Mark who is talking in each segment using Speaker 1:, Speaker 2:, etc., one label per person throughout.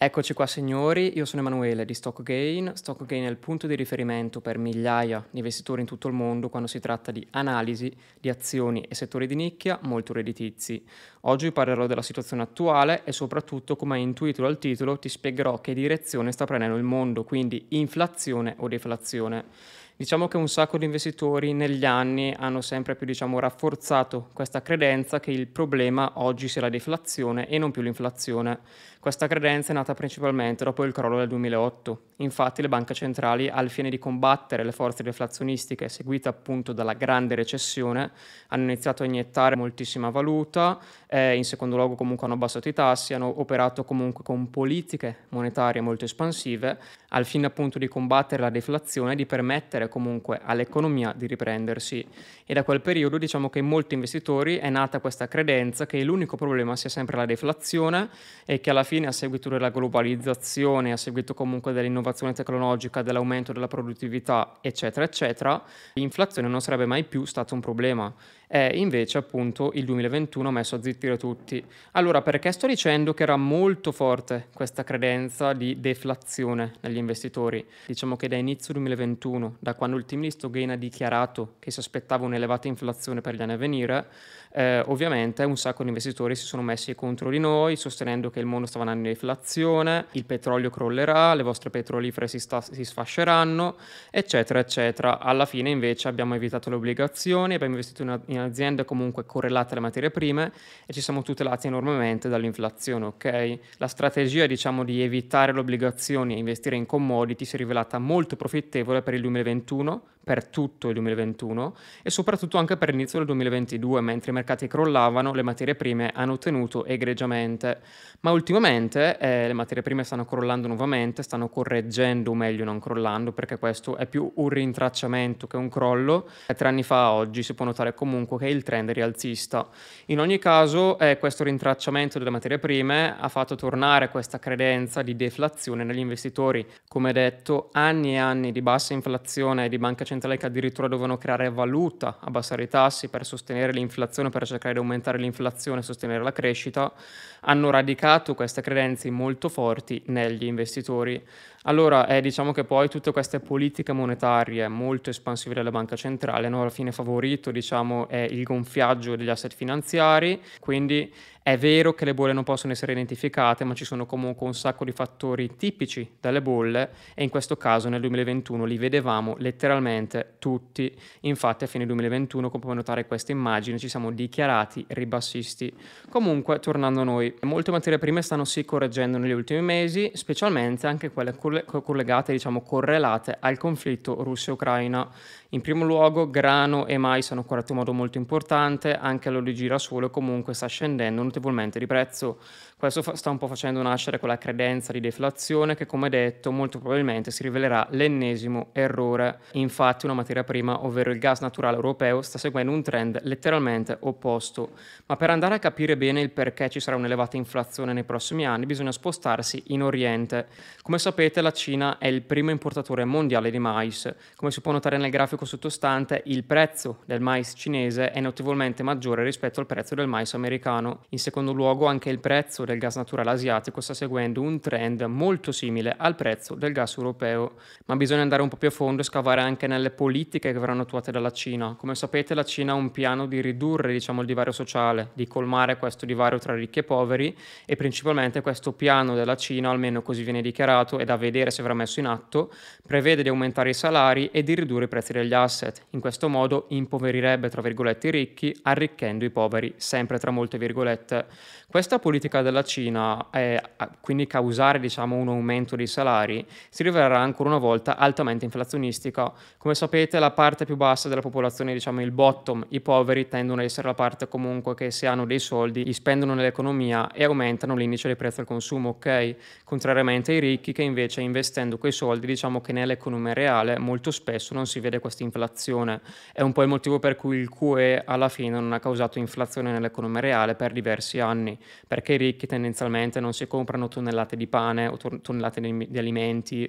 Speaker 1: Eccoci qua signori, io sono Emanuele di StockGain. StockGain è il punto di riferimento per migliaia di investitori in tutto il mondo quando si tratta di analisi di azioni e settori di nicchia molto redditizi. Oggi vi parlerò della situazione attuale e soprattutto, come hai intuito dal titolo, ti spiegherò che direzione sta prendendo il mondo, quindi inflazione o deflazione. Diciamo che un sacco di investitori negli anni hanno sempre più, rafforzato questa credenza che il problema oggi sia la deflazione e non più l'inflazione. Questa credenza è nata principalmente dopo il crollo del 2008. Infatti le banche centrali, al fine di combattere le forze deflazionistiche seguite appunto dalla grande recessione, hanno iniziato a iniettare moltissima valuta, in secondo luogo comunque hanno abbassato i tassi, hanno operato comunque con politiche monetarie molto espansive, al fine appunto di combattere la deflazione e di permettere comunque all'economia di riprendersi. E da quel periodo diciamo che in molti investitori è nata questa credenza che l'unico problema sia sempre la deflazione e che alla fine, a seguito della globalizzazione, a seguito comunque dell'innovazione tecnologica, dell'aumento della produttività, eccetera, eccetera, l'inflazione non sarebbe mai più stato un problema. Invece appunto il 2021 ha messo a zittire tutti. Allora, perché sto dicendo che era molto forte questa credenza di deflazione negli investitori? Diciamo che da inizio 2021, da quando il team di Stogain ha dichiarato che si aspettava un'elevata inflazione per gli anni a venire, ovviamente un sacco di investitori si sono messi contro di noi, sostenendo che il mondo stava andando in deflazione, il petrolio crollerà, le vostre petrolifere si sfasceranno, eccetera, eccetera. Alla fine invece abbiamo evitato le obbligazioni, abbiamo investito in aziende comunque correlate alle materie prime e ci siamo tutelati enormemente dall'inflazione, ok? La strategia, diciamo, di evitare le obbligazioni e investire in commodity si è rivelata molto profittevole per il 2021, per tutto il 2021 e soprattutto anche per l'inizio del 2022, mentre i mercati crollavano, le materie prime hanno tenuto egregiamente. Ma ultimamente le materie prime stanno crollando nuovamente, stanno correggendo, o meglio non crollando, perché questo è più un rintracciamento che un crollo. 3 anni fa a oggi si può notare comunque che il trend è rialzista. In ogni caso, questo rintracciamento delle materie prime ha fatto tornare questa credenza di deflazione negli investitori. Come detto, anni e anni di bassa inflazione e di banche centrali che addirittura dovevano creare valuta, abbassare i tassi per sostenere l'inflazione, per cercare di aumentare l'inflazione e sostenere la crescita, hanno radicato queste credenze molto forti negli investitori. Allora, diciamo che poi tutte queste politiche monetarie molto espansive della banca centrale hanno alla fine favorito, diciamo, il gonfiaggio degli asset finanziari, quindi è vero che le bolle non possono essere identificate, ma ci sono comunque un sacco di fattori tipici delle bolle e in questo caso nel 2021 li vedevamo letteralmente tutti. Infatti a fine 2021, come puoi notare queste immagini, ci siamo dichiarati ribassisti. Comunque, tornando a noi, molte materie prime stanno sì correggendo negli ultimi mesi, specialmente anche quelle collegate, diciamo correlate al conflitto Russia-Ucraina. In primo luogo grano e mais hanno corretto in modo molto importante, anche l'olio di girasole comunque sta scendendo notevolmente di prezzo. Questo sta un po' facendo nascere quella credenza di deflazione che, come detto, molto probabilmente si rivelerà l'ennesimo errore. Infatti una materia prima, ovvero il gas naturale europeo, sta seguendo un trend letteralmente opposto. Ma per andare a capire bene il perché ci sarà un'elevata inflazione nei prossimi anni bisogna spostarsi in Oriente. Come sapete la Cina è il primo importatore mondiale di mais. Come si può notare nel grafico sottostante, il prezzo del mais cinese è notevolmente maggiore rispetto al prezzo del mais americano. In secondo luogo anche il prezzo del gas naturale asiatico sta seguendo un trend molto simile al prezzo del gas europeo. Ma bisogna andare un po' più a fondo e scavare anche nelle politiche che verranno attuate dalla Cina. Come sapete la Cina ha un piano di ridurre, diciamo, il divario sociale, di colmare questo divario tra ricchi e poveri e principalmente questo piano della Cina, almeno così viene dichiarato e da vedere se verrà messo in atto, prevede di aumentare i salari e di ridurre i prezzi degli asset. In questo modo impoverirebbe, tra virgolette, i ricchi, arricchendo i poveri, sempre tra molte virgolette. Questa politica della Cina, quindi causare, diciamo, un aumento dei salari, si rivelerà ancora una volta altamente inflazionistica. Come sapete la parte più bassa della popolazione, diciamo il bottom, i poveri, tendono ad essere la parte comunque che se hanno dei soldi li spendono nell'economia e aumentano l'indice dei prezzi al consumo, ok? Contrariamente ai ricchi che invece investendo quei soldi, diciamo che nell'economia reale molto spesso non si vede questa inflazione. È un po' il motivo per cui il QE alla fine non ha causato inflazione nell'economia reale per diversi anni, perché i ricchi tendenzialmente non si comprano tonnellate di pane o tonnellate di alimenti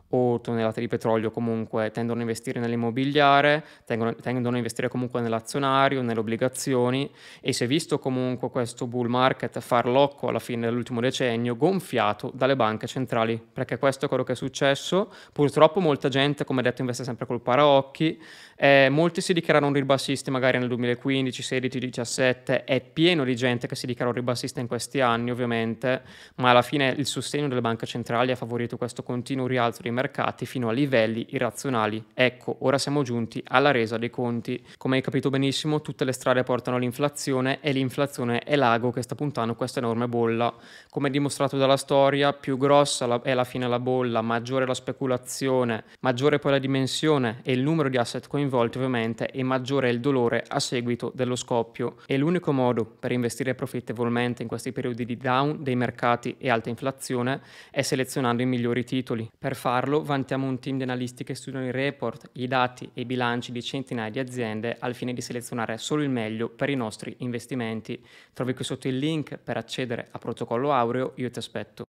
Speaker 1: o tonnellate di petrolio comunque tendono a investire nell'immobiliare, tendono a investire comunque nell'azionario, nelle obbligazioni e si è visto comunque questo bull market farlocco alla fine dell'ultimo decennio gonfiato dalle banche centrali, perché questo è quello che è successo. Purtroppo molta gente, come detto, investe sempre col paraocchi, molti si dichiarano ribassisti magari nel 2015, 16, 17, è pieno di gente che si dichiara ribassista in questi anni ovviamente, ma alla fine il sostegno delle banche centrali ha favorito questo continuo rialzo dei mercati fino a livelli irrazionali. Ecco, ora siamo giunti alla resa dei conti. Come hai capito benissimo, tutte le strade portano all'inflazione e l'inflazione è l'ago che sta puntando questa enorme bolla. Come dimostrato dalla storia, più grossa è alla fine la bolla, maggiore la speculazione, maggiore poi la dimensione e il numero di asset coinvolti ovviamente e maggiore è il dolore a seguito dello scoppio. E l'unico modo per investire profittevolmente in questi periodi di down dei mercati e alta inflazione è selezionando i migliori titoli. Per farlo vantiamo un team di analisti che studiano i report, i dati e i bilanci di centinaia di aziende al fine di selezionare solo il meglio per i nostri investimenti. Trovi qui sotto il link per accedere a Protocollo Aureo, io ti aspetto.